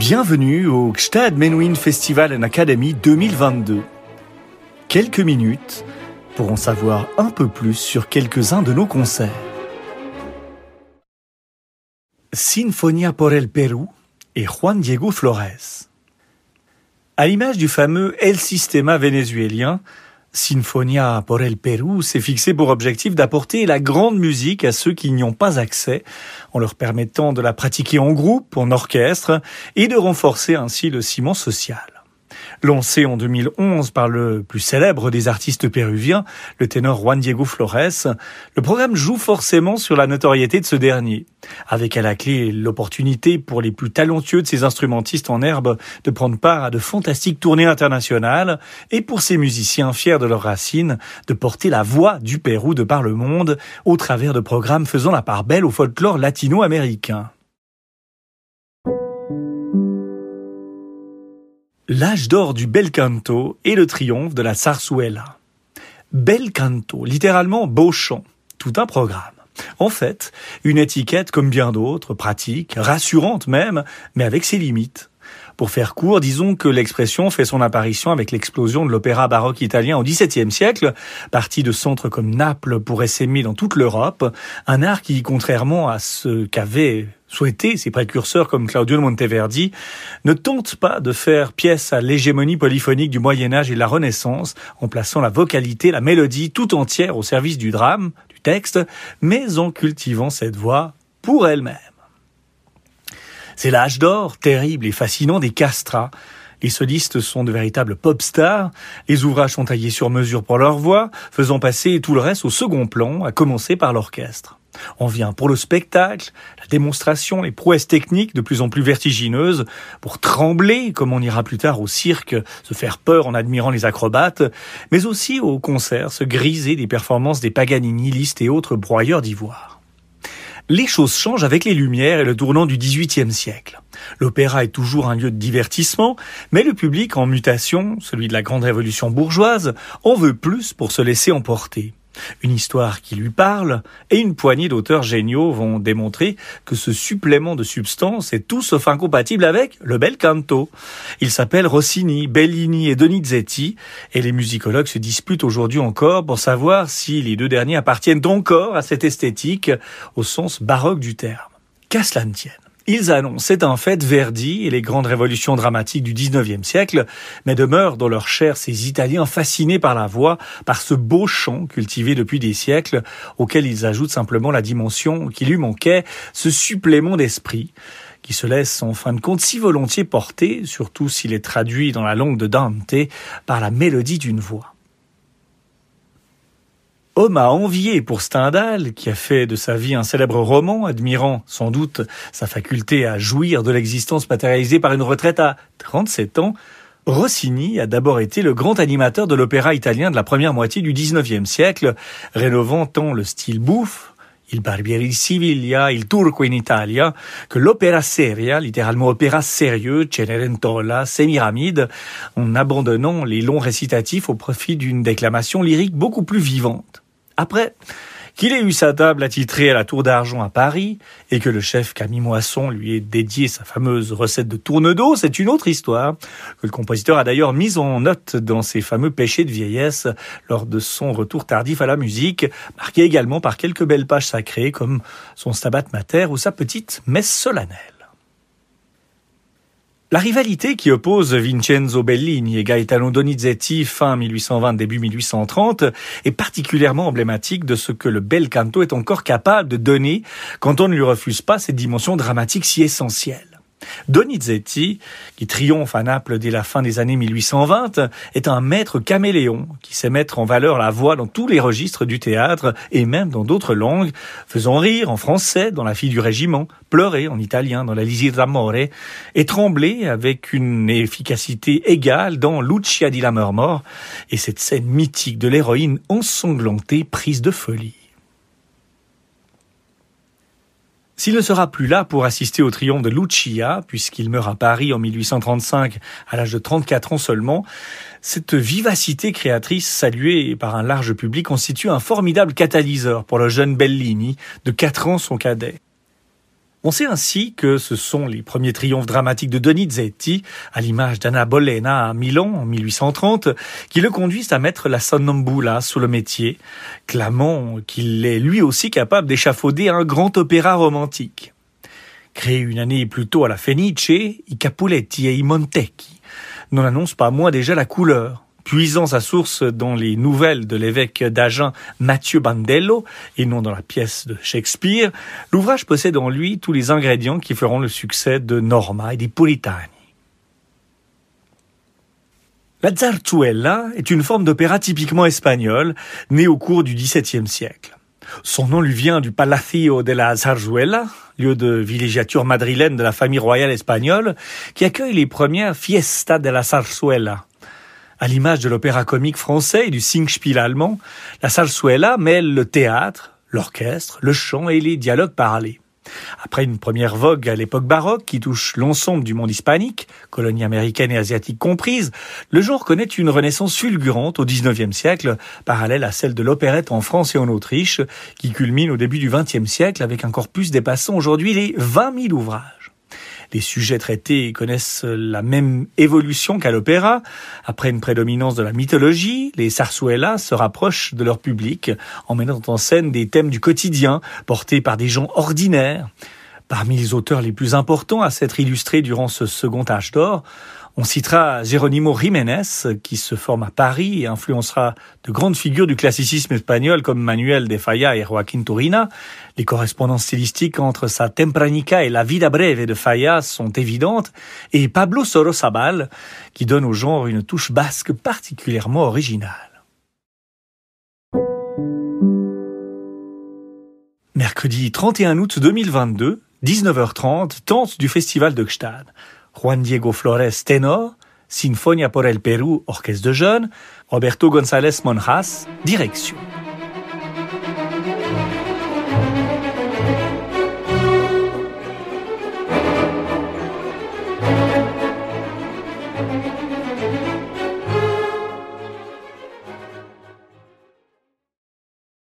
Bienvenue au Gstad Menuhin Festival and Academy 2022. Quelques minutes pour en savoir un peu plus sur quelques-uns de nos concerts. Sinfonia por el Perú et Juan Diego Flores. À l'image du fameux El Sistema vénézuélien, Sinfonia por el Perú s'est fixé pour objectif d'apporter la grande musique à ceux qui n'y ont pas accès, en leur permettant de la pratiquer en groupe, en orchestre, et de renforcer ainsi le ciment social. Lancé en 2011 par le plus célèbre des artistes péruviens, le ténor Juan Diego Flores, le programme joue forcément sur la notoriété de ce dernier, avec à la clé l'opportunité pour les plus talentueux de ces instrumentistes en herbe de prendre part à de fantastiques tournées internationales et pour ces musiciens fiers de leurs racines de porter la voix du Pérou de par le monde au travers de programmes faisant la part belle au folklore latino-américain. L'âge d'or du bel canto et le triomphe de la zarzuela. Bel canto, littéralement beau chant, tout un programme. En fait, une étiquette comme bien d'autres, pratique, rassurante même, mais avec ses limites. Pour faire court, disons que l'expression fait son apparition avec l'explosion de l'opéra baroque italien au XVIIe siècle, parti de centres comme Naples pour essaimer dans toute l'Europe, un art qui, contrairement à ce qu'avaient souhaité ses précurseurs comme Claudio Monteverdi, ne tente pas de faire pièce à l'hégémonie polyphonique du Moyen-Âge et de la Renaissance, en plaçant la vocalité, la mélodie tout entière au service du drame, du texte, mais en cultivant cette voix pour elle-même. C'est l'âge d'or, terrible et fascinant des castrats. Les solistes sont de véritables pop stars, les ouvrages sont taillés sur mesure pour leur voix, faisant passer tout le reste au second plan, à commencer par l'orchestre. On vient pour le spectacle, la démonstration, les prouesses techniques de plus en plus vertigineuses, pour trembler, comme on ira plus tard au cirque, se faire peur en admirant les acrobates, mais aussi au concert, se griser des performances des Paganini, Liszt et autres broyeurs d'ivoire. Les choses changent avec les Lumières et le tournant du XVIIIe siècle. L'opéra est toujours un lieu de divertissement, mais le public en mutation, celui de la grande révolution bourgeoise, en veut plus pour se laisser emporter. Une histoire qui lui parle, et une poignée d'auteurs géniaux vont démontrer que ce supplément de substance est tout sauf incompatible avec le bel canto. Il s'appelle Rossini, Bellini et Donizetti, et les musicologues se disputent aujourd'hui encore pour savoir si les deux derniers appartiennent encore à cette esthétique au sens baroque du terme. Qu'à cela ne tienne. Ils annoncent, c'est un fait, Verdi et les grandes révolutions dramatiques du XIXe siècle, mais demeurent dans leur chair ces Italiens fascinés par la voix, par ce beau chant cultivé depuis des siècles, auquel ils ajoutent simplement la dimension qui lui manquait, ce supplément d'esprit, qui se laisse en fin de compte si volontiers porter, surtout s'il est traduit dans la langue de Dante, par la mélodie d'une voix. Homme à envier pour Stendhal, qui a fait de sa vie un célèbre roman, admirant sans doute sa faculté à jouir de l'existence matérialisée par une retraite à 37 ans, Rossini a d'abord été le grand animateur de l'opéra italien de la première moitié du XIXe siècle, rénovant tant le style bouffe, il Barbiere di Siviglia, il Turco in Italia, que l'opéra seria, littéralement opéra sérieux, Cenerentola, Sémiramide, en abandonnant les longs récitatifs au profit d'une déclamation lyrique beaucoup plus vivante. Après qu'il ait eu sa table attitrée à la Tour d'Argent à Paris et que le chef Camille Moisson lui ait dédié sa fameuse recette de tourne d'eau, c'est une autre histoire que le compositeur a d'ailleurs mise en note dans ses fameux péchés de vieillesse lors de son retour tardif à la musique, marqué également par quelques belles pages sacrées comme son Stabat Mater ou sa petite messe solennelle. La rivalité qui oppose Vincenzo Bellini et Gaetano Donizetti fin 1820, début 1830 est particulièrement emblématique de ce que le bel canto est encore capable de donner quand on ne lui refuse pas cette dimension dramatique si essentielle. Donizetti, qui triomphe à Naples dès la fin des années 1820, est un maître caméléon qui sait mettre en valeur la voix dans tous les registres du théâtre et même dans d'autres langues, faisant rire en français dans La fille du régiment, pleurer en italien dans La Lisir d'amore et trembler avec une efficacité égale dans Lucia di Lammermoor et cette scène mythique de l'héroïne ensanglantée prise de folie. S'il ne sera plus là pour assister au triomphe de Lucia, puisqu'il meurt à Paris en 1835 à l'âge de 34 ans seulement, cette vivacité créatrice saluée par un large public constitue un formidable catalyseur pour le jeune Bellini, de 4 ans son cadet. On sait ainsi que ce sont les premiers triomphes dramatiques de Donizetti, à l'image d'Anna Bolena à Milan en 1830, qui le conduisent à mettre la sonnambula sous le métier, clamant qu'il est lui aussi capable d'échafauder un grand opéra romantique. Créé une année plus tôt à la Fenice, I Capuletti et I Montecchi n'en annoncent pas moins déjà la couleur. Puisant sa source dans les nouvelles de l'évêque d'Agen Mathieu Bandello et non dans la pièce de Shakespeare, l'ouvrage possède en lui tous les ingrédients qui feront le succès de Norma et des Puritani. La zarzuela est une forme d'opéra typiquement espagnole, née au cours du XVIIe siècle. Son nom lui vient du Palacio de la Zarzuela, lieu de villégiature madrilène de la famille royale espagnole, qui accueille les premières Fiesta de la Zarzuela. À l'image de l'opéra comique français et du Singspiel allemand, la zarzuela mêle le théâtre, l'orchestre, le chant et les dialogues parlés. Après une première vogue à l'époque baroque qui touche l'ensemble du monde hispanique, colonies américaines et asiatiques comprises, le genre connaît une renaissance fulgurante au XIXe siècle, parallèle à celle de l'opérette en France et en Autriche, qui culmine au début du XXe siècle avec un corpus dépassant aujourd'hui les 20 000 ouvrages. Les sujets traités connaissent la même évolution qu'à l'opéra. Après une prédominance de la mythologie, les zarzuelas se rapprochent de leur public en mettant en scène des thèmes du quotidien portés par des gens ordinaires. Parmi les auteurs les plus importants à s'être illustrés durant ce second âge d'or, on citera Jerónimo Jiménez, qui se forme à Paris et influencera de grandes figures du classicisme espagnol comme Manuel de Falla et Joaquín Turina. Les correspondances stylistiques entre sa Tempranica et la Vida breve de Falla sont évidentes, et Pablo Sorozabal, qui donne au genre une touche basque particulièrement originale. Mercredi 31 août 2022, 19h30, tente du Festival de Gstad. Juan Diego Flores, ténor, Sinfonia por el Perú, orchestre de jeunes, Roberto González Monjas, direction.